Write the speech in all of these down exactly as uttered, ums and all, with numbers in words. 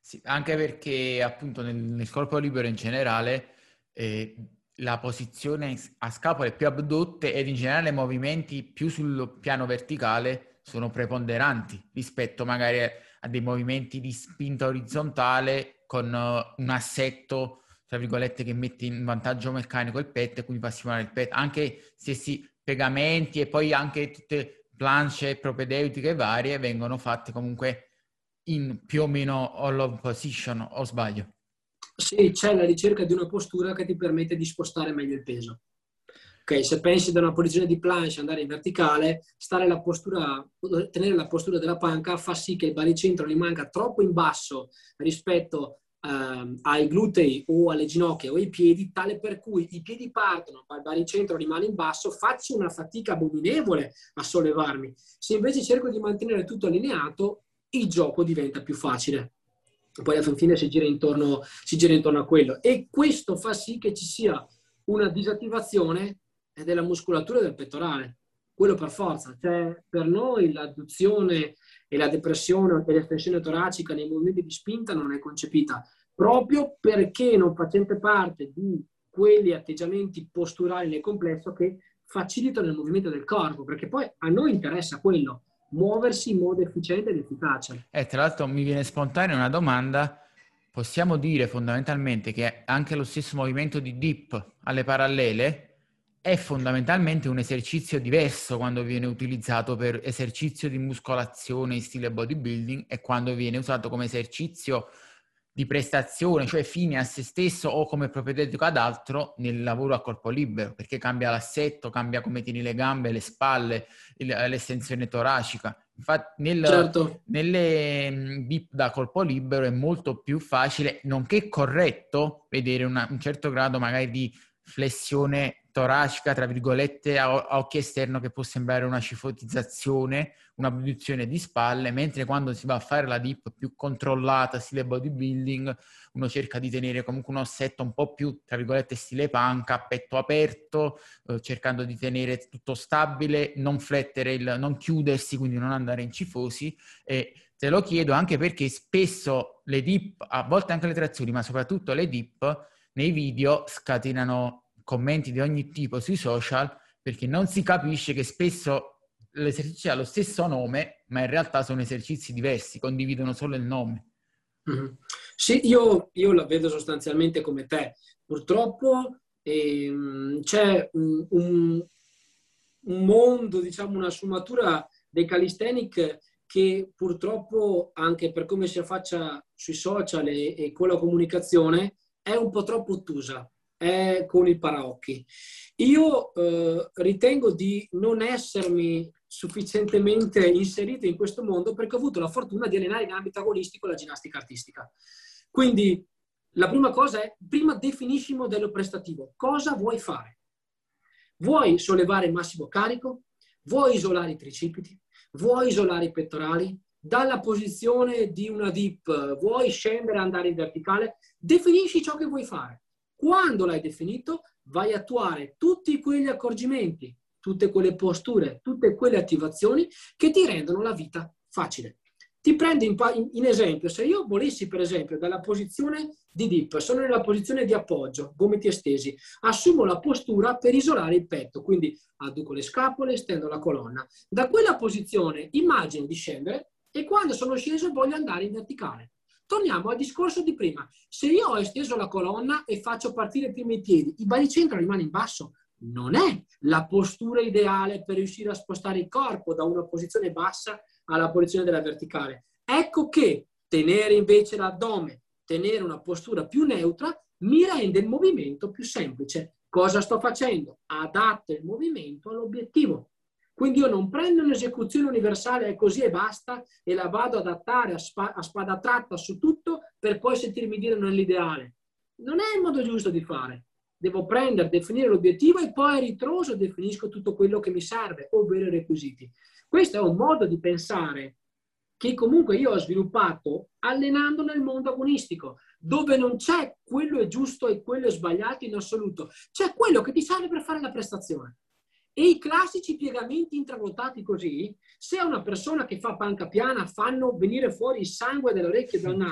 Sì, anche perché appunto nel, nel corpo libero in generale eh, la posizione a scapole più abdotte ed in generale i movimenti più sul piano verticale sono preponderanti rispetto magari a, a dei movimenti di spinta orizzontale con uh, un assetto, tra virgolette, che mette in vantaggio meccanico il petto e quindi fa stimolare il petto. Anche stessi piegamenti e poi anche tutte planche propedeutiche varie vengono fatte comunque in più o meno all of position, o sbaglio? Sì, c'è la ricerca di una postura che ti permette di spostare meglio il peso. Ok, se pensi da una posizione di planche andare in verticale, stare la postura, tenere la postura della panca fa sì che il baricentro rimanga troppo in basso rispetto ehm, ai glutei o alle ginocchia o ai piedi, tale per cui i piedi partono, ma il baricentro rimane in basso, faccio una fatica abominevole a sollevarmi. Se invece cerco di mantenere tutto allineato, il gioco diventa più facile. Poi alla fine si gira intorno, si gira intorno a quello. E questo fa sì che ci sia una disattivazione della muscolatura del pettorale. Quello per forza. Cioè, per noi l'adduzione e la depressione e l'estensione toracica nei movimenti di spinta non è concepita, proprio perché non facente parte di quegli atteggiamenti posturali nel complesso che facilitano il movimento del corpo, perché poi a noi interessa quello, muoversi in modo efficiente ed efficace. E tra l'altro mi viene spontanea una domanda. Possiamo dire fondamentalmente che anche lo stesso movimento di dip alle parallele è fondamentalmente un esercizio diverso quando viene utilizzato per esercizio di muscolazione in stile bodybuilding e quando viene usato come esercizio di prestazione, cioè fine a se stesso o come propedeutico ad altro nel lavoro a corpo libero, perché cambia l'assetto, cambia come tieni le gambe, le spalle, il- l'estensione toracica. Infatti nel, Certo. nelle mh, dip da colpo libero è molto più facile, nonché corretto, vedere una- un certo grado magari di flessione toracica, tra virgolette, a, a occhio esterno che può sembrare una cifotizzazione, un'abduzione di spalle, mentre quando si va a fare la dip più controllata, stile bodybuilding, uno cerca di tenere comunque un assetto un po' più, tra virgolette, stile panca, petto aperto, eh, cercando di tenere tutto stabile, non flettere, il, non chiudersi, quindi non andare in cifosi. E te lo chiedo anche perché spesso le dip, a volte anche le trazioni, ma soprattutto le dip, nei video scatenano commenti di ogni tipo sui social perché non si capisce che spesso l'esercizio ha lo stesso nome, ma in realtà sono esercizi diversi, condividono solo il nome. Mm-hmm. Sì, io, io la vedo sostanzialmente come te. Purtroppo ehm, c'è un, un, un mondo, diciamo, una sfumatura dei calisthenic che purtroppo, anche per come si affaccia sui social e, e con la comunicazione, è un po' troppo ottusa, è con il paraocchi. Io eh, ritengo di non essermi sufficientemente inserito in questo mondo perché ho avuto la fortuna di allenare in ambito agonistico la ginnastica artistica. Quindi la prima cosa è, prima definisci il modello prestativo. Cosa vuoi fare? Vuoi sollevare il massimo carico? Vuoi isolare i tricipiti? Vuoi isolare i pettorali? Dalla posizione di una dip vuoi scendere e andare in verticale? Definisci ciò che vuoi fare. Quando l'hai definito, vai a attuare tutti quegli accorgimenti, tutte quelle posture, tutte quelle attivazioni che ti rendono la vita facile. Ti prendo in, in, in esempio, se io volessi per esempio dalla posizione di dip, sono nella posizione di appoggio, gomiti estesi, assumo la postura per isolare il petto, quindi adduco le scapole, stendo la colonna. Da quella posizione immagino di scendere e quando sono sceso voglio andare in verticale. Torniamo al discorso di prima. Se io ho esteso la colonna e faccio partire prima i piedi, il baricentro rimane in basso. Non è la postura ideale per riuscire a spostare il corpo da una posizione bassa alla posizione della verticale. Ecco che tenere invece l'addome, tenere una postura più neutra, mi rende il movimento più semplice. Cosa sto facendo? Adatto il movimento all'obiettivo. Quindi io non prendo un'esecuzione universale e così e basta e la vado ad adattare a, spa, a spada tratta su tutto per poi sentirmi dire non è l'ideale. Non è il modo giusto di fare. Devo prendere, definire l'obiettivo e poi a ritroso definisco tutto quello che mi serve, ovvero i requisiti. Questo è un modo di pensare che comunque io ho sviluppato allenando nel mondo agonistico, dove non c'è quello è giusto e quello è sbagliato in assoluto, c'è quello che ti serve per fare la prestazione. E i classici piegamenti intraruotati così, se a una persona che fa panca piana fanno venire fuori il sangue dalle orecchie e dal naso,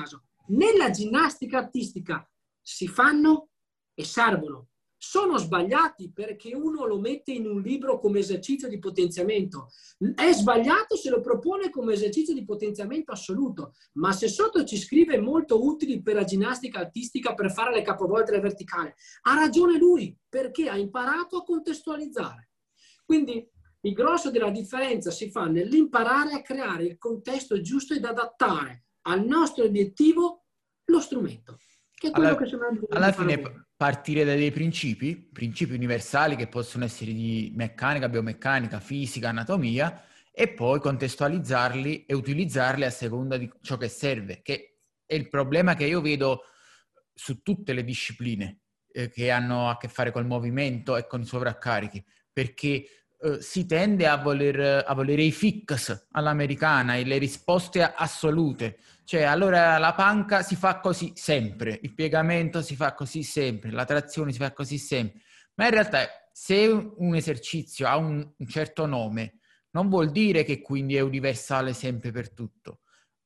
nella ginnastica artistica si fanno e servono. Sono sbagliati perché uno lo mette in un libro come esercizio di potenziamento. È sbagliato se lo propone come esercizio di potenziamento assoluto, ma se sotto ci scrive molto utili per la ginnastica artistica per fare le capovolte e le verticali, ha ragione lui, perché ha imparato a contestualizzare. Quindi il grosso della differenza si fa nell'imparare a creare il contesto giusto ed adattare al nostro obiettivo lo strumento. Che è quello alla, che sembra alla fine partire da dei principi, principi universali che possono essere di meccanica, biomeccanica, fisica, anatomia, e poi contestualizzarli e utilizzarli a seconda di ciò che serve, che è il problema che io vedo su tutte le discipline eh, che hanno a che fare col movimento e con i sovraccarichi, perché eh, si tende a voler, a volere i fix all'americana e le risposte assolute. Cioè, allora la panca si fa così sempre, il piegamento si fa così sempre, la trazione si fa così sempre. Ma in realtà, se un esercizio ha un, un certo nome, non vuol dire che quindi è universale sempre per tutto.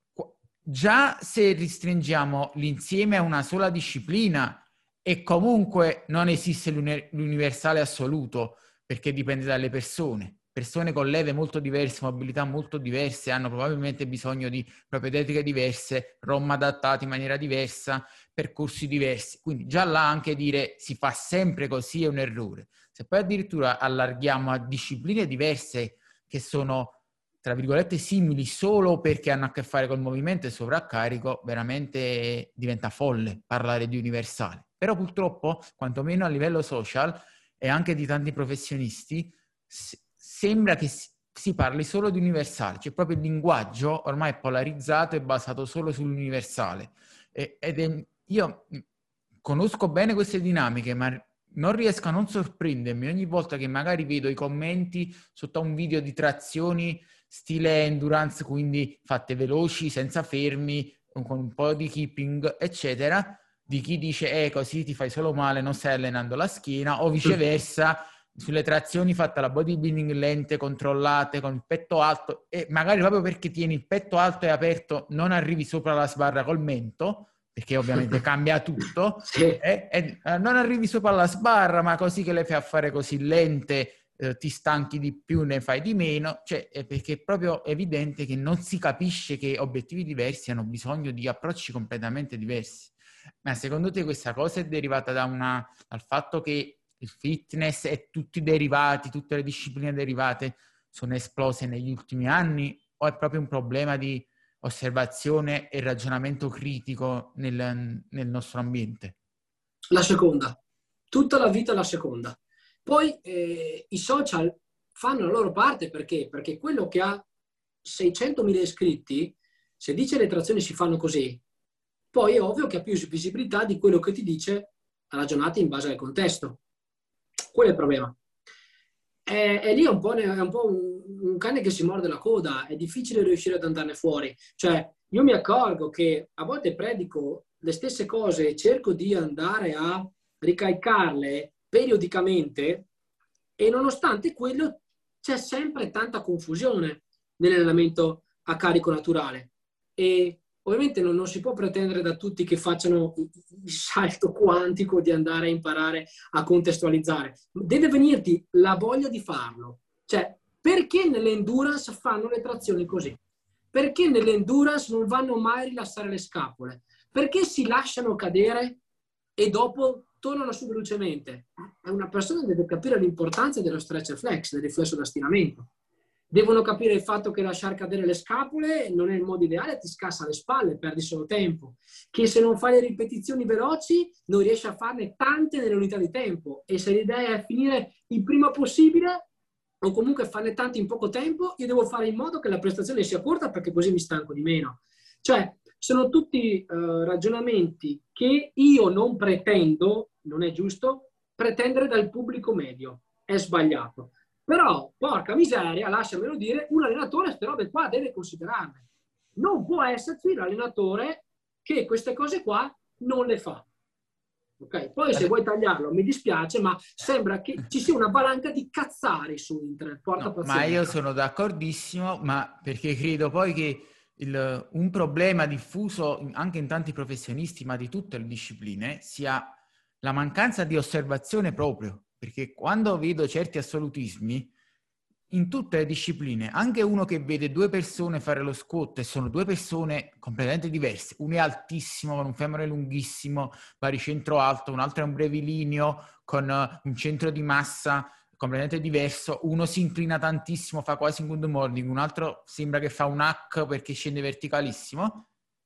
Già se ristringiamo l'insieme a una sola disciplina e comunque non esiste l'universale assoluto, perché dipende dalle persone. Persone con leve molto diverse, mobilità molto diverse, hanno probabilmente bisogno di propedeutiche diverse, ROM adattati in maniera diversa, percorsi diversi. Quindi già là anche dire si fa sempre così è un errore. Se poi addirittura allarghiamo a discipline diverse che sono, tra virgolette, simili solo perché hanno a che fare col movimento e sovraccarico, veramente diventa folle parlare di universale. Però purtroppo, quantomeno a livello social e anche di tanti professionisti, sembra che si parli solo di universale, cioè proprio il linguaggio ormai è polarizzato e basato solo sull'universale. E, ed è, io conosco bene queste dinamiche, ma non riesco a non sorprendermi ogni volta che magari vedo i commenti sotto a un video di trazioni stile endurance, quindi fatte veloci, senza fermi, con un po' di keeping, eccetera, di chi dice eh così ti fai solo male, non stai allenando la schiena, o viceversa sulle trazioni fatte alla bodybuilding lente, controllate, con il petto alto, e magari proprio perché tieni il petto alto e aperto non arrivi sopra la sbarra col mento, perché ovviamente cambia tutto, sì. e, e non arrivi sopra la sbarra, ma così che le fai a fare così lente, eh, ti stanchi di più, ne fai di meno, cioè è perché è proprio evidente che non si capisce che obiettivi diversi hanno bisogno di approcci completamente diversi. Ma secondo te questa cosa è derivata da una, dal fatto che il fitness e tutti i derivati, tutte le discipline derivate sono esplose negli ultimi anni, o è proprio un problema di osservazione e ragionamento critico nel, nel nostro ambiente? La seconda. Tutta la vita la seconda. Poi eh, i social fanno la loro parte perché? Perché quello che ha seicentomila iscritti, se dice le trazioni si fanno così, poi è ovvio che ha più visibilità di quello che ti dice ragionate in base al contesto. Quello è il problema. È, è lì un po', è un, po' un, un cane che si morde la coda, è difficile riuscire ad andarne fuori. Cioè, io mi accorgo che a volte predico le stesse cose e cerco di andare a ricalcarle periodicamente e nonostante quello c'è sempre tanta confusione nell'allenamento a carico naturale. E ovviamente non, non si può pretendere da tutti che facciano il salto quantico di andare a imparare a contestualizzare. Deve venirti la voglia di farlo. Cioè, perché nell'endurance fanno le trazioni così? Perché nell'endurance non vanno mai a rilassare le scapole? Perché si lasciano cadere e dopo tornano su velocemente? Una persona deve capire l'importanza dello stretch flex, del riflesso da stiramento. Devono capire il fatto che lasciare cadere le scapole non è il modo ideale, ti scassa le spalle, perdi solo tempo. Che se non fai le ripetizioni veloci non riesci a farne tante nelle unità di tempo. E se l'idea è finire il prima possibile o comunque farne tanti in poco tempo, io devo fare in modo che la prestazione sia corta perché così mi stanco di meno. Cioè, sono tutti uh, ragionamenti che io non pretendo, non è giusto, pretendere dal pubblico medio. È sbagliato. Però, porca miseria, lasciamelo dire, un allenatore queste robe qua deve considerarle. Non può esserci l'allenatore che queste cose qua non le fa. Ok? Poi se vuoi tagliarlo, mi dispiace, ma sembra che ci sia una valanga di cazzari su internet. Porta No, pazienza. ma io sono d'accordissimo, ma perché credo poi che il, un problema diffuso anche in tanti professionisti, ma di tutte le discipline, sia la mancanza di osservazione proprio, perché quando vedo certi assolutismi, in tutte le discipline, anche uno che vede due persone fare lo squat e sono due persone completamente diverse, uno è altissimo con un femore lunghissimo, baricentro alto, un altro è un brevilineo con uh, un centro di massa completamente diverso, uno si inclina tantissimo, fa quasi un good morning, un altro sembra che fa un hack perché scende verticalissimo,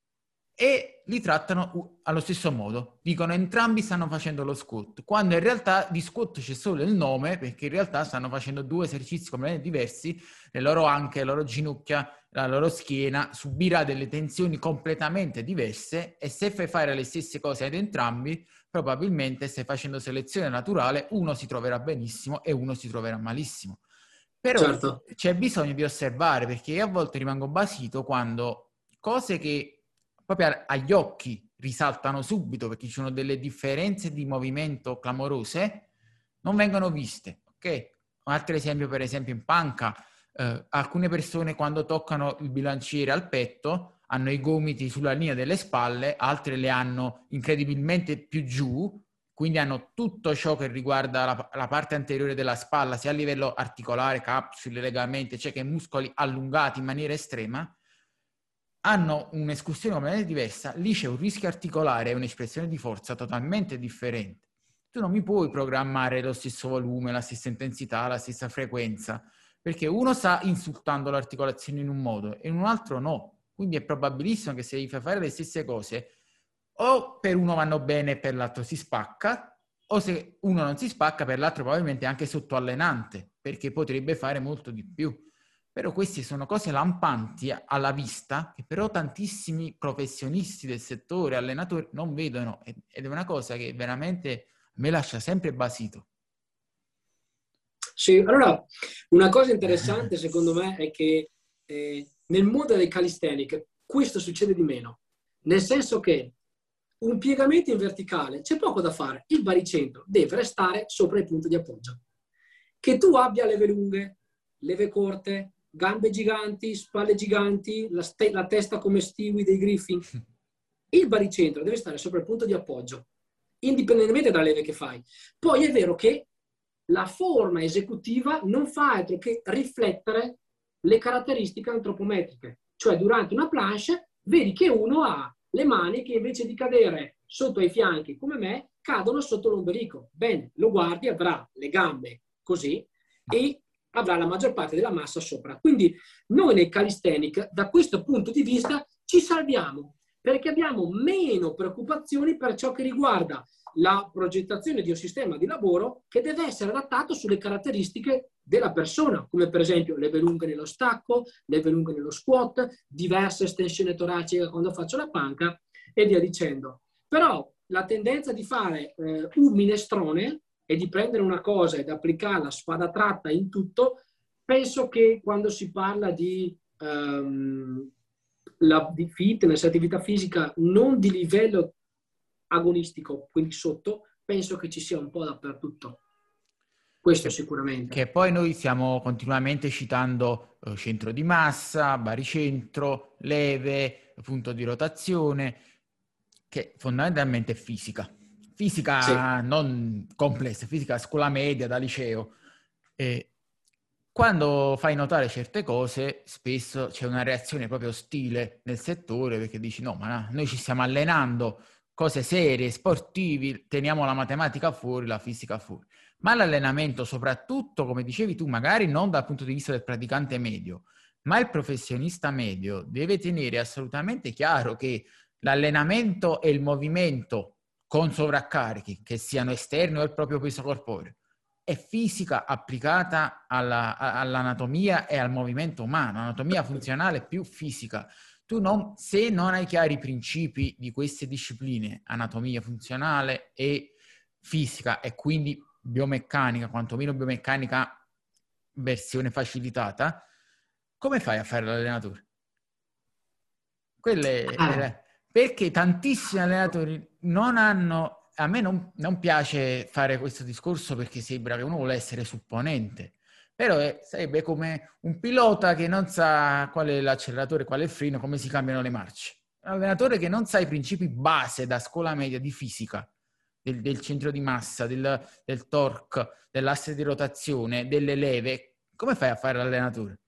e li trattano allo stesso modo. Dicono entrambi stanno facendo lo squat, quando in realtà di squat c'è solo il nome, perché in realtà stanno facendo due esercizi completamente diversi, le loro anche, le loro ginocchia, la loro schiena subirà delle tensioni completamente diverse, e se fai fare le stesse cose ad entrambi, probabilmente stai facendo selezione naturale, uno si troverà benissimo e uno si troverà malissimo. Però Certo. c'è bisogno di osservare, perché io a volte rimango basito quando cose che proprio agli occhi risaltano subito, perché ci sono delle differenze di movimento clamorose, non vengono viste, ok? Un altro esempio, per esempio in panca, eh, alcune persone quando toccano il bilanciere al petto hanno i gomiti sulla linea delle spalle, altre le hanno incredibilmente più giù, quindi hanno tutto ciò che riguarda la, la parte anteriore della spalla, sia a livello articolare, capsule, legamenti, cioè che muscoli allungati in maniera estrema, hanno un'escursione completamente diversa, lì c'è un rischio articolare e un'espressione di forza totalmente differente. Tu non mi puoi programmare lo stesso volume, la stessa intensità, la stessa frequenza, perché uno sta insultando l'articolazione in un modo e in un altro no. Quindi è probabilissimo che se gli fai fare le stesse cose, o per uno vanno bene e per l'altro si spacca, o se uno non si spacca, per l'altro probabilmente è anche sottoallenante, perché potrebbe fare molto di più. Però queste sono cose lampanti alla vista, che però tantissimi professionisti del settore, allenatori, non vedono, ed è una cosa che veramente me lascia sempre basito. Sì, allora una cosa interessante secondo me è che eh, nel mondo del calisthenics questo succede di meno, nel senso che un piegamento in verticale c'è poco da fare, il baricentro deve restare sopra il punto di appoggio. Che tu abbia leve lunghe, leve corte, gambe giganti, spalle giganti, la, ste- la testa come Stewie dei Griffin, il baricentro deve stare sopra il punto di appoggio, indipendentemente dalla leve che fai. Poi è vero che la forma esecutiva non fa altro che riflettere le caratteristiche antropometriche, cioè durante una planche vedi che uno ha le mani che invece di cadere sotto ai fianchi come me cadono sotto l'ombelico. Bene, lo guardi, avrà le gambe così e avrà la maggior parte della massa sopra. Quindi noi nel calisthenics da questo punto di vista ci salviamo, perché abbiamo meno preoccupazioni per ciò che riguarda la progettazione di un sistema di lavoro che deve essere adattato sulle caratteristiche della persona, come per esempio leve lunghe nello stacco, leve lunghe nello squat, diverse estensioni toraciche quando faccio la panca e via dicendo. Però la tendenza di fare eh, un minestrone e di prendere una cosa ed applicarla a spada tratta in tutto, penso che quando si parla di, um, la, di fitness, attività fisica non di livello agonistico, quindi sotto, penso che ci sia un po' dappertutto. Questo Che, sicuramente. che poi noi stiamo continuamente citando eh, centro di massa, baricentro, leve, punto di rotazione, che fondamentalmente è fisica. Fisica Sì. non complessa, fisica scuola media, da liceo. E quando fai notare certe cose, spesso c'è una reazione proprio ostile nel settore, perché dici no, ma noi ci stiamo allenando, cose serie, sportivi, teniamo la matematica fuori, la fisica fuori. Ma l'allenamento, soprattutto, come dicevi tu, magari non dal punto di vista del praticante medio, ma il professionista medio deve tenere assolutamente chiaro che l'allenamento e il movimento con sovraccarichi, che siano esterni o il proprio peso corporeo, è fisica applicata alla, all'anatomia e al movimento umano, anatomia funzionale più fisica. Tu non, se non hai chiari i principi di queste discipline, anatomia funzionale e fisica, e quindi biomeccanica, quantomeno biomeccanica versione facilitata, come fai a fare l'allenatore? Quelle, Ah. perché tantissimi allenatori non hanno, a me non, non piace fare questo discorso perché sembra che uno vuole essere supponente, Però è, sarebbe come un pilota che non sa qual è l'acceleratore, qual è il freno, come si cambiano le marce. Un allenatore che non sa i principi base da scuola media di fisica, del, del centro di massa, del, del torque, dell'asse di rotazione, delle leve, come fai a fare l'allenatore?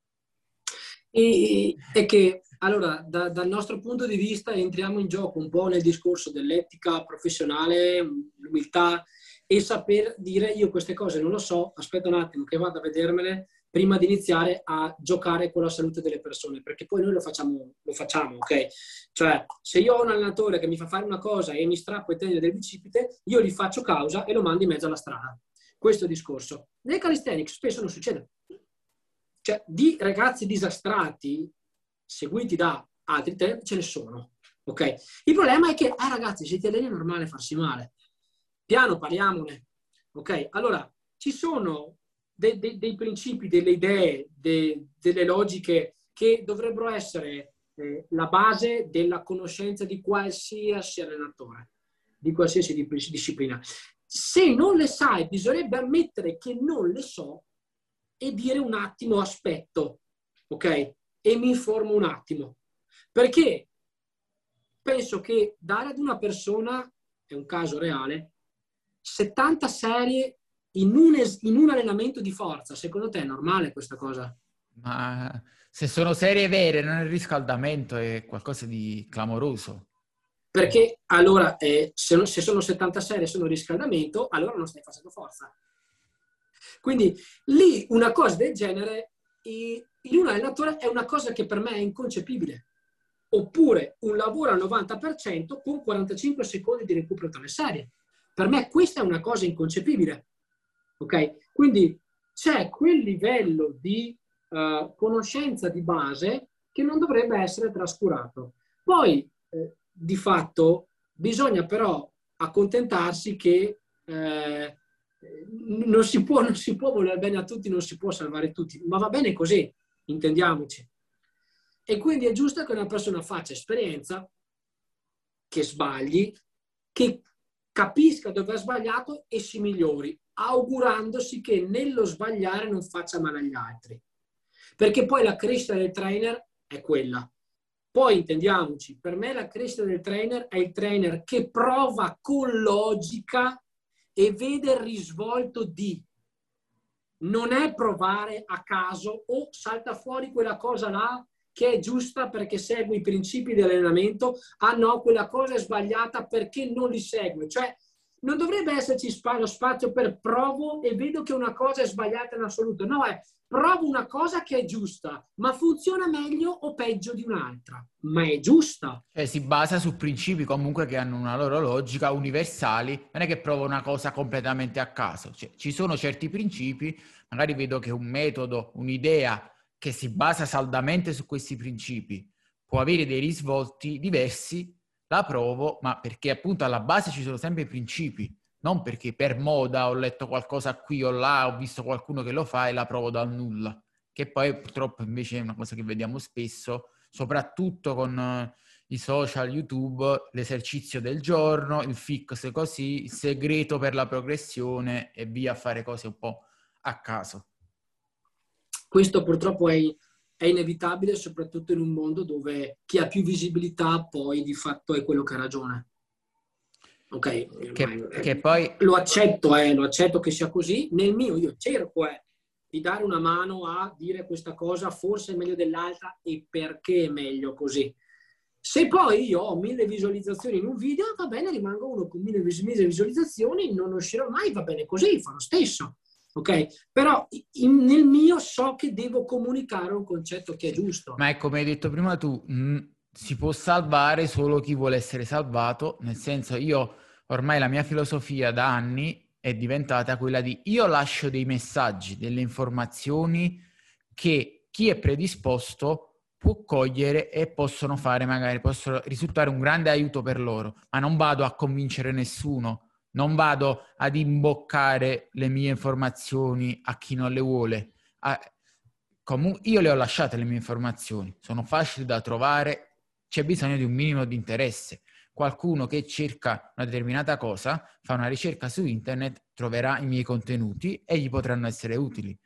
E, è che, allora, da, dal nostro punto di vista entriamo in gioco un po' nel discorso dell'etica professionale, l'umiltà e saper dire io queste cose non lo so, aspetta un attimo che vado a vedermele prima di iniziare a giocare con la salute delle persone, perché poi noi lo facciamo, lo facciamo, ok? Cioè, se io ho un allenatore che mi fa fare una cosa e mi strappo i tendini del bicipite, io gli faccio causa e lo mando in mezzo alla strada. Questo è il discorso. Nel calisthenics spesso non succede. Cioè, di ragazzi disastrati seguiti da altri tre ce ne sono, ok? Il problema è che, ah ragazzi, se ti alleni è normale farsi male. Piano, parliamone, ok? Allora, ci sono de- de- dei principi, delle idee, de- delle logiche che dovrebbero essere eh, la base della conoscenza di qualsiasi allenatore, di qualsiasi di- disciplina. Se non le sai, bisognerebbe ammettere che non le so e dire un attimo aspetto, ok? E mi informo un attimo. Perché penso che dare ad una persona, è un caso reale, settanta serie in un, es- in un allenamento di forza, secondo te è normale questa cosa? Ma se sono serie vere, non è il riscaldamento, è qualcosa di clamoroso. Perché allora, eh, se, non- se sono settanta serie e sono riscaldamento, allora non stai facendo forza. Quindi lì una cosa del genere in un allenatore è una cosa che per me è inconcepibile. Oppure un lavoro al novanta per cento con quarantacinque secondi di recupero tra le serie. Per me questa è una cosa inconcepibile. Ok? Quindi c'è quel livello di uh, conoscenza di base che non dovrebbe essere trascurato. Poi, eh, di fatto, bisogna però accontentarsi che eh, non si può, non si può voler bene a tutti, non si può salvare tutti, ma va bene così, intendiamoci. E quindi è giusto che una persona faccia esperienza, che sbagli, che capisca dove ha sbagliato e si migliori, augurandosi che nello sbagliare non faccia male agli altri. Perché poi la crescita del trainer è quella. Poi intendiamoci, per me la crescita del trainer è il trainer che prova con logica e vede il risvolto di. Non è provare a caso o salta fuori quella cosa là che è giusta perché segue i principi dell'allenamento, ah no, quella cosa è sbagliata perché non li segue. Cioè, non dovrebbe esserci lo spazio per provo e vedo che una cosa è sbagliata in assoluto. No, è provo una cosa che è giusta, ma funziona meglio o peggio di un'altra, ma è giusta. Cioè si basa su principi comunque che hanno una loro logica, universali, non è che provo una cosa completamente a caso. Cioè, ci sono certi principi, magari vedo che un metodo, un'idea che si basa saldamente su questi principi può avere dei risvolti diversi, la provo, ma perché appunto alla base ci sono sempre i principi, non perché per moda ho letto qualcosa qui o là, ho visto qualcuno che lo fa e la provo dal nulla, che poi purtroppo invece è una cosa che vediamo spesso, soprattutto con eh, i social, YouTube, l'esercizio del giorno, il fix così, il segreto per la progressione e via a fare cose un po' a caso. Questo purtroppo è, è inevitabile, soprattutto in un mondo dove chi ha più visibilità poi di fatto è quello che ha ragione. Ok, Che, che poi... lo accetto, eh, lo accetto che sia così. Nel mio io cerco eh, di dare una mano a dire questa cosa forse è meglio dell'altra e perché è meglio così. Se poi io ho mille visualizzazioni in un video, va bene, rimango uno con mille visualizzazioni, non uscirò mai, va bene così, fa lo stesso. Ok? Però in, nel mio so che devo comunicare un concetto che è giusto. Ma è come hai detto prima tu, mh, si può salvare solo chi vuole essere salvato, nel senso io ormai la mia filosofia da anni è diventata quella di io lascio dei messaggi, delle informazioni che chi è predisposto può cogliere e possono fare magari, possono risultare un grande aiuto per loro, ma non vado a convincere nessuno, non vado ad imboccare le mie informazioni a chi non le vuole. A, comunque, io le ho lasciate le mie informazioni, sono facili da trovare, c'è bisogno di un minimo di interesse. Qualcuno che cerca una determinata cosa, fa una ricerca su internet, troverà i miei contenuti e gli potranno essere utili.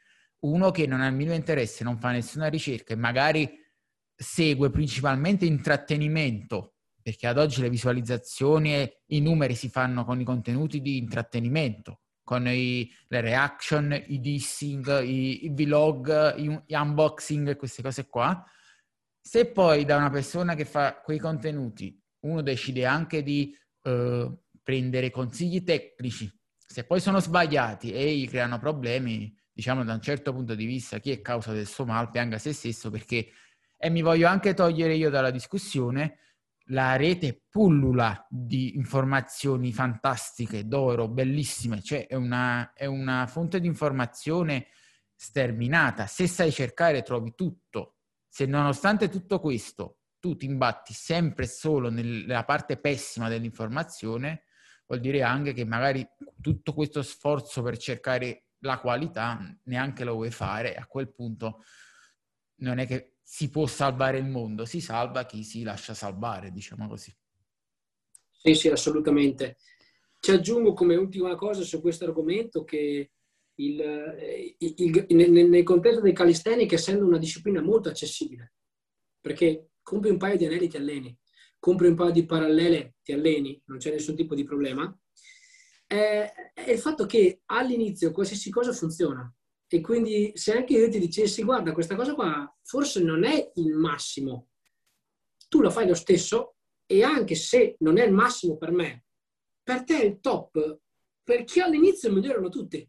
uno che non ha il minimo interesse, non fa nessuna ricerca e magari segue principalmente intrattenimento, perché ad oggi le visualizzazioni e i numeri si fanno con i contenuti di intrattenimento, con i, le reaction, i dissing, i, i vlog, i, gli unboxing e queste cose qua. Se poi da una persona che fa quei contenuti uno decide anche di eh, prendere consigli tecnici, se poi sono sbagliati e gli creano problemi, diciamo da un certo punto di vista chi è causa del suo mal pianga se stesso, perché, e mi voglio anche togliere io dalla discussione, la rete pullula di informazioni fantastiche, d'oro, bellissime, cioè è una, è una fonte di informazione sterminata. Se sai cercare trovi tutto. Se nonostante tutto questo tu ti imbatti sempre e solo nella parte pessima dell'informazione, vuol dire anche che magari tutto questo sforzo per cercare la qualità neanche lo vuoi fare. A quel punto non è che si può salvare il mondo, si salva chi si lascia salvare, diciamo così. Sì, sì, assolutamente. Ci aggiungo come ultima cosa su questo argomento che il, il, il, nel, nel contesto dei calisthenics, essendo una disciplina molto accessibile, perché compri un paio di anelli ti alleni, compri un paio di parallele ti alleni, non c'è nessun tipo di problema, è, è il fatto che all'inizio qualsiasi cosa funziona. E quindi se anche io ti dicessi, guarda, questa cosa qua forse non è il massimo, tu la fai lo stesso e anche se non è il massimo per me, per te è il top, perché all'inizio migliorano tutti.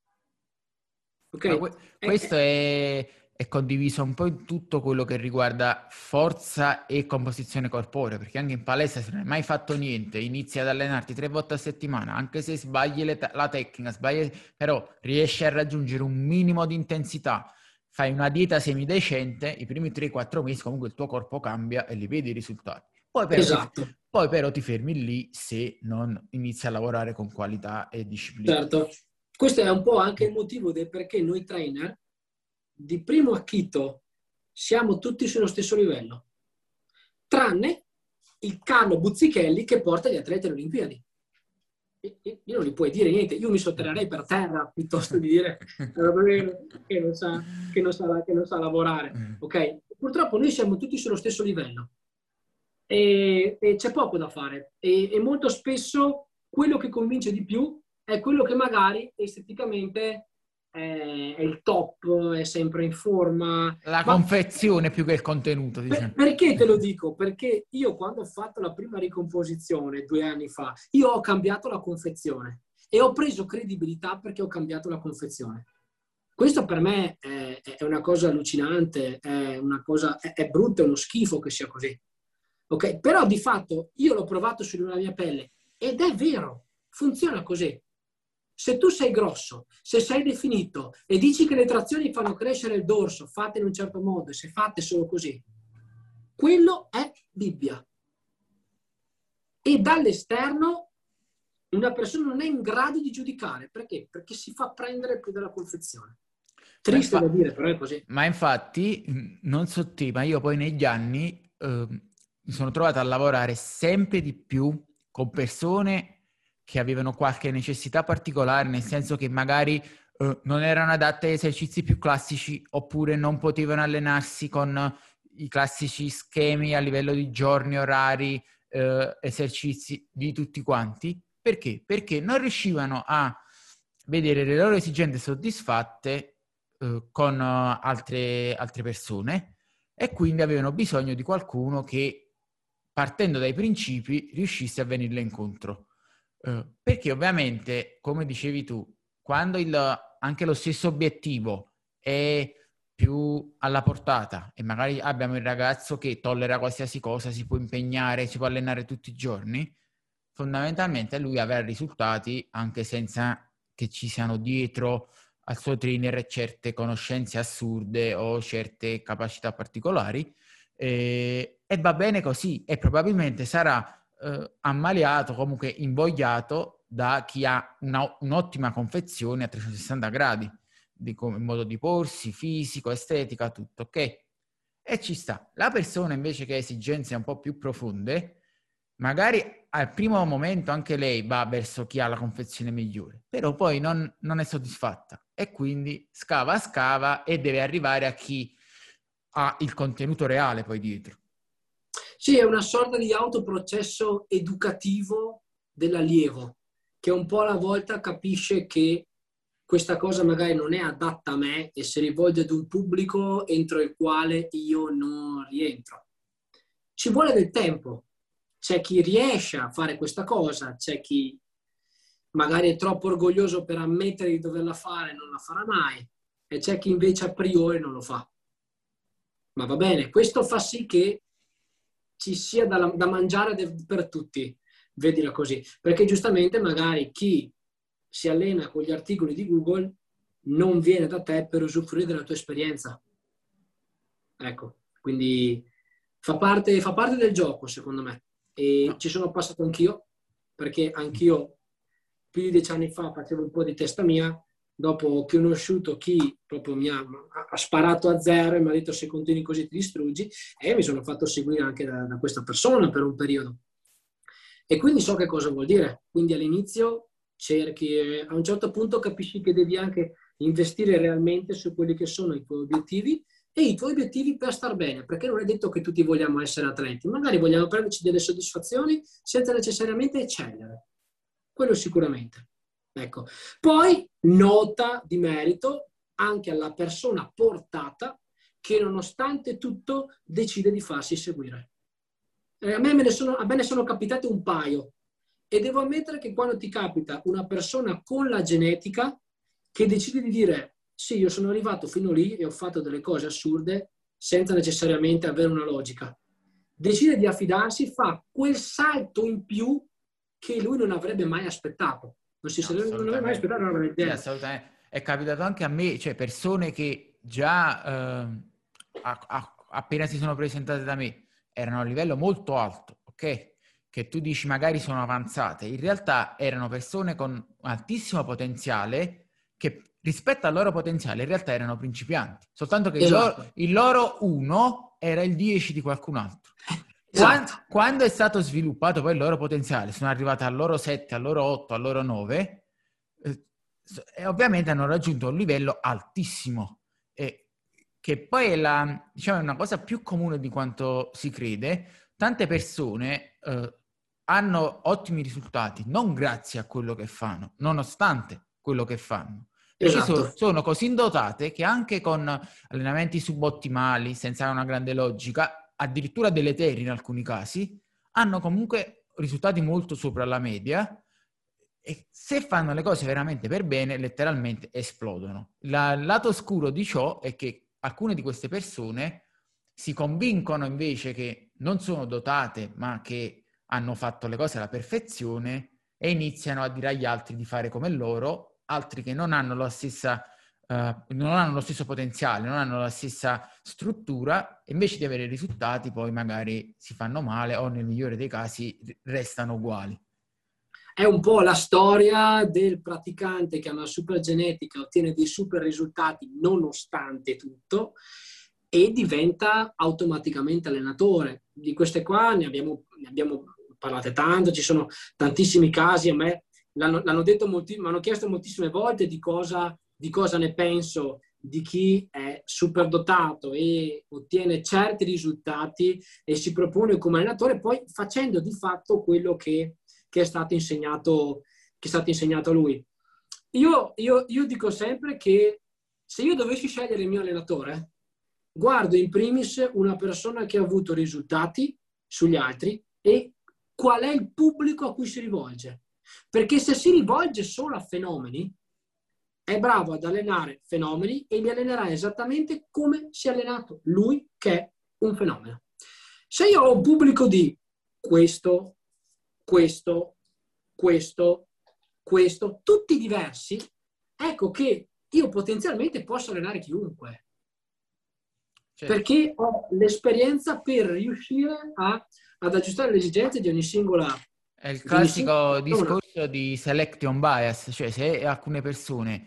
Ma Ok? que- È, questo è, è, è condiviso un po' in tutto quello che riguarda forza e composizione corporea, perché anche in palestra se non hai mai fatto niente, inizi ad allenarti tre volte a settimana, anche se sbagli le te- la tecnica, sbagli, però riesci a raggiungere un minimo di intensità, fai una dieta semidecente, i primi tre quattro mesi comunque il tuo corpo cambia e li vedi i risultati. Poi però, ti, esatto, poi però ti fermi lì se non inizi a lavorare con qualità e disciplina. certo. Questo è un po' anche il motivo del perché noi trainer di primo acchito siamo tutti sullo stesso livello, tranne il Carlo Buzzichelli che porta gli atleti alle Olimpiadi. Io non gli puoi dire niente, io mi sotterrerei per terra piuttosto di dire che non sa, che non sa, che non sa lavorare. Ok? Purtroppo noi siamo tutti sullo stesso livello e, e c'è poco da fare e, e molto spesso quello che convince di più è quello che magari esteticamente è, è il top, è sempre in forma. La Ma confezione più che il contenuto, per, diciamo. perché te lo dico? Perché io quando ho fatto la prima ricomposizione due anni fa, io ho cambiato la confezione e ho preso credibilità perché ho cambiato la confezione. Questo per me è, è una cosa allucinante, è una cosa, è, è brutto, è uno schifo che sia così. Ok? Però di fatto io l'ho provato sulla mia pelle ed è vero, funziona così. Se tu sei grosso, se sei definito e dici che le trazioni fanno crescere il dorso, fatte in un certo modo e se fatte solo così, quello è Bibbia. E dall'esterno una persona non è in grado di giudicare. Perché? Perché si fa prendere più dalla confezione. Ma, Triste da infa- dire, però è così. ma infatti, mh, non so te, ma io poi negli anni eh, mi sono trovato a lavorare sempre di più con persone che avevano qualche necessità particolare, nel senso che magari eh, non erano adatte agli esercizi più classici oppure non potevano allenarsi con i classici schemi a livello di giorni, orari, eh, esercizi di tutti quanti. Perché? Perché non riuscivano a vedere le loro esigenze soddisfatte eh, con uh, altre, altre persone e quindi avevano bisogno di qualcuno che, partendo dai principi, riuscisse a venirle incontro. Eh, perché ovviamente, come dicevi tu, quando il, anche lo stesso obiettivo è più alla portata e magari abbiamo il ragazzo che tollera qualsiasi cosa, si può impegnare, si può allenare tutti i giorni, fondamentalmente lui avrà risultati anche senza che ci siano dietro al suo trainer certe conoscenze assurde o certe capacità particolari eh, e va bene così e probabilmente sarà eh, ammaliato, comunque invogliato da chi ha una, un'ottima confezione a trecentosessanta gradi di come, modo di porsi, fisico, estetica, tutto ok? E ci sta. La persona invece che ha esigenze un po' più profonde magari al primo momento anche lei va verso chi ha la confezione migliore, però poi non, non è soddisfatta e quindi scava, scava e deve arrivare a chi ha il contenuto reale poi dietro. Sì, è una sorta di autoprocesso educativo dell'allievo, che un po' alla volta capisce che questa cosa magari non è adatta a me e si rivolge ad un pubblico entro il quale io non rientro. Ci vuole del tempo. C'è chi riesce a fare questa cosa, c'è chi magari è troppo orgoglioso per ammettere di doverla fare e non la farà mai, e c'è chi invece a priori non lo fa. Ma va bene, questo fa sì che ci sia da, da mangiare per tutti, vedila così. Perché giustamente magari chi si allena con gli articoli di Google non viene da te per usufruire della tua esperienza. Ecco, quindi fa parte, fa parte del gioco, secondo me. E No. ci sono passato anch'io, perché anch'io più di dieci anni fa facevo un po' di testa mia, dopo che ho conosciuto chi proprio mi ha, ha sparato a zero e mi ha detto se continui così ti distruggi, e mi sono fatto seguire anche da, da questa persona per un periodo. E quindi so che cosa vuol dire. Quindi all'inizio cerchi, a un certo punto capisci che devi anche investire realmente su quelli che sono i tuoi obiettivi e i tuoi obiettivi per star bene, perché non è detto che tutti vogliamo essere atleti, magari vogliamo prenderci delle soddisfazioni senza necessariamente eccellere. Quello sicuramente. Ecco. Poi nota di merito anche alla persona portata che nonostante tutto decide di farsi seguire. Eh, a, me me ne sono, a me ne sono capitate un paio e devo ammettere che quando ti capita una persona con la genetica che decide di dire sì, io sono arrivato fino lì e ho fatto delle cose assurde senza necessariamente avere una logica, decide di affidarsi, fa quel salto in più che lui non avrebbe mai aspettato. Non si No, sarebbe, non avrebbe mai aspettato, non avrebbe sì, idea. assolutamente. È capitato anche a me, cioè persone che già eh, a, a, appena si sono presentate da me erano a livello molto alto, ok? Che tu dici magari sono avanzate, in realtà erano persone con un altissimo potenziale che rispetto al loro potenziale in realtà erano principianti, soltanto che il loro, Esatto. il loro uno era il dieci di qualcun altro. Quando, Esatto. quando è stato sviluppato poi il loro potenziale, sono arrivati al loro sette, al loro otto, al loro nove, eh, e ovviamente hanno raggiunto un livello altissimo, e che poi è, la, diciamo, è una cosa più comune di quanto si crede. Tante persone eh, hanno ottimi risultati non grazie a quello che fanno, nonostante quello che fanno, perché so, Esatto. sono così dotate che anche con allenamenti subottimali, senza una grande logica, addirittura deleteri in alcuni casi, hanno comunque risultati molto sopra la media e se fanno le cose veramente per bene, letteralmente esplodono. La, il lato oscuro di ciò è che alcune di queste persone si convincono invece che non sono dotate, ma che hanno fatto le cose alla perfezione e iniziano a dire agli altri di fare come loro, altri che non hanno la stessa Uh, non hanno lo stesso potenziale, non hanno la stessa struttura, e invece di avere risultati poi magari si fanno male o nel migliore dei casi restano uguali. È un po' la storia del praticante che ha una super genetica, ottiene dei super risultati nonostante tutto e diventa automaticamente allenatore. Di queste qua ne abbiamo, ne abbiamo parlate tanto, ci sono tantissimi casi, a me l'hanno, l'hanno detto molti, mi hanno chiesto moltissime volte di cosa di cosa ne penso di chi è superdotato e ottiene certi risultati e si propone come allenatore, poi facendo di fatto quello che, che è stato insegnato, che è stato insegnato a lui. Io, io, io dico sempre che se io dovessi scegliere il mio allenatore, guardo in primis una persona che ha avuto risultati sugli altri e qual è il pubblico a cui si rivolge. Perché se si rivolge solo a fenomeni, è bravo ad allenare fenomeni e li allenerà esattamente come si è allenato lui, che è un fenomeno. Se io ho un pubblico di questo, questo, questo, questo, tutti diversi, ecco che io potenzialmente posso allenare chiunque. Certo. Perché ho l'esperienza per riuscire a, ad aggiustare le esigenze di ogni singola È il classico discorso di selection bias, cioè se alcune persone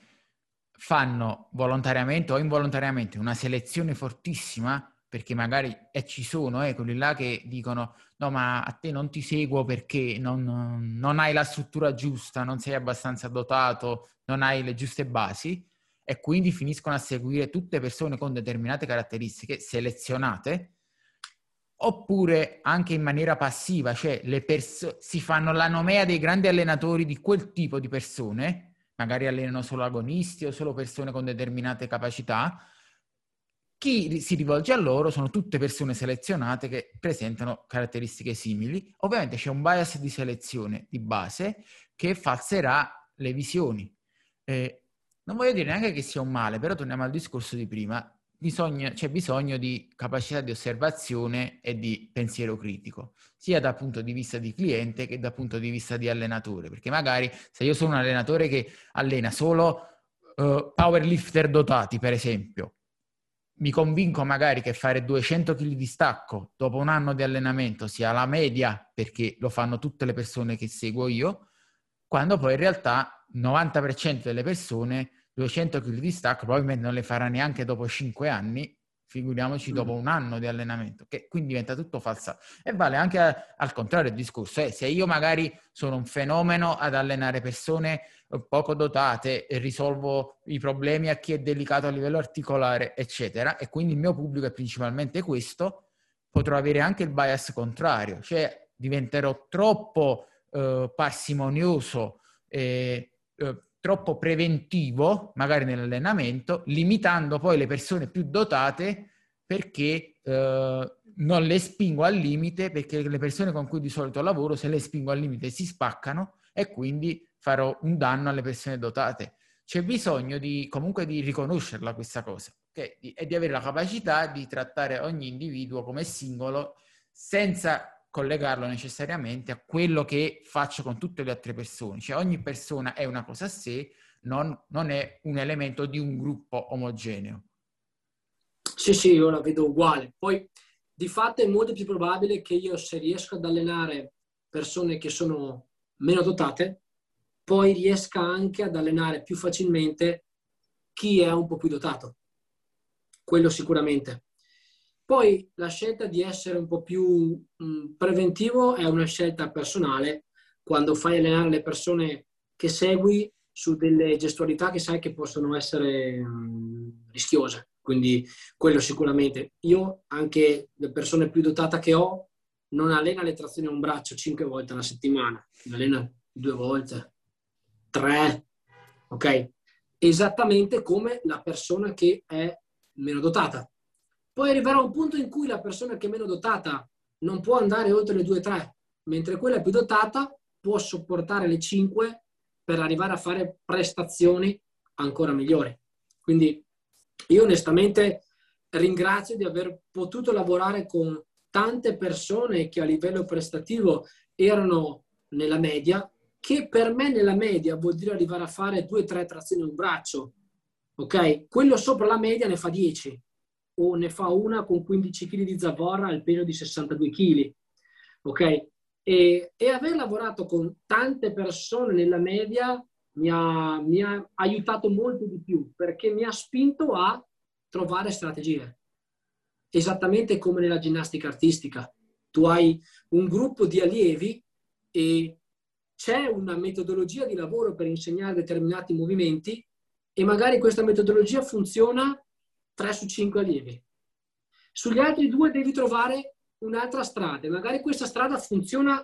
fanno volontariamente o involontariamente una selezione fortissima, perché magari e ci sono eh, quelli là che dicono no ma a te non ti seguo perché non, non hai la struttura giusta, non sei abbastanza dotato, non hai le giuste basi, e quindi finiscono a seguire tutte persone con determinate caratteristiche selezionate, oppure anche in maniera passiva, cioè le perso- si fanno la nomea dei grandi allenatori di quel tipo di persone, magari allenano solo agonisti o solo persone con determinate capacità. Chi si rivolge a loro sono tutte persone selezionate che presentano caratteristiche simili. Ovviamente c'è un bias di selezione di base che falserà le visioni. Eh, non voglio dire neanche che sia un male, però torniamo al discorso di prima. Bisogna, c'è bisogno di capacità di osservazione e di pensiero critico, sia dal punto di vista di cliente che dal punto di vista di allenatore, perché magari se io sono un allenatore che allena solo uh, powerlifter dotati, per esempio, mi convinco magari che fare duecento chili di stacco dopo un anno di allenamento sia la media, perché lo fanno tutte le persone che seguo io, quando poi in realtà il novanta per cento delle persone duecento chili di stacco probabilmente non le farà neanche dopo cinque anni, figuriamoci dopo un anno di allenamento, che quindi diventa tutto falsato. E vale anche a, al contrario il discorso, eh, se io magari sono un fenomeno ad allenare persone poco dotate e risolvo i problemi a chi è delicato a livello articolare, eccetera, e quindi il mio pubblico è principalmente questo, potrò avere anche il bias contrario, cioè diventerò troppo eh, parsimonioso e eh, troppo preventivo, magari nell'allenamento, limitando poi le persone più dotate perché eh, non le spingo al limite, perché le persone con cui di solito lavoro, se le spingo al limite si spaccano e quindi farò un danno alle persone dotate. C'è bisogno di comunque di riconoscerla questa cosa, okay? E di avere la capacità di trattare ogni individuo come singolo senza collegarlo necessariamente a quello che faccio con tutte le altre persone. Cioè ogni persona è una cosa a sé, non, non è un elemento di un gruppo omogeneo. Sì, sì, io la vedo uguale. Poi di fatto è molto più probabile che io, se riesco ad allenare persone che sono meno dotate, poi riesca anche ad allenare più facilmente chi è un po' più dotato. Quello sicuramente. Poi la scelta di essere un po' più mh, preventivo è una scelta personale, quando fai allenare le persone che segui su delle gestualità che sai che possono essere mh, rischiose. Quindi quello sicuramente. Io, anche le persone più dotate che ho, non allena le trazioni a un braccio cinque volte alla settimana, le allena due volte, tre, ok? Esattamente come la persona che è meno dotata. Poi arriverà un punto in cui la persona che è meno dotata non può andare oltre le due tre, mentre quella più dotata può sopportare le cinque per arrivare a fare prestazioni ancora migliori. Quindi io onestamente ringrazio di aver potuto lavorare con tante persone che a livello prestativo erano nella media, che per me nella media vuol dire arrivare a fare due tre trazioni a un braccio, ok? Quello sopra la media ne fa dieci, o ne fa una con quindici chili di zavorra al peso di sessantadue chili, ok? E, e aver lavorato con tante persone nella media mi ha, mi ha aiutato molto di più, perché mi ha spinto a trovare strategie. Esattamente come nella ginnastica artistica. Tu hai un gruppo di allievi e c'è una metodologia di lavoro per insegnare determinati movimenti e magari questa metodologia funziona tre su cinque allievi. Sugli altri due devi trovare un'altra strada. Magari questa strada funziona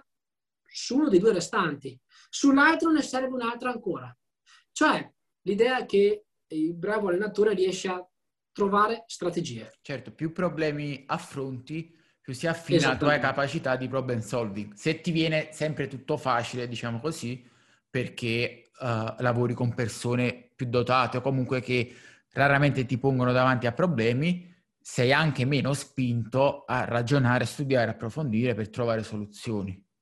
su uno dei due restanti. Sull'altro ne serve un'altra ancora. Cioè, l'idea è che il bravo allenatore riesce a trovare strategie. Certo, più problemi affronti, più si affina la tua capacità di problem solving. Se ti viene sempre tutto facile, diciamo così, perché uh, lavori con persone più dotate o comunque che raramente ti pongono davanti a problemi, sei anche meno spinto a ragionare, studiare, approfondire per trovare soluzioni.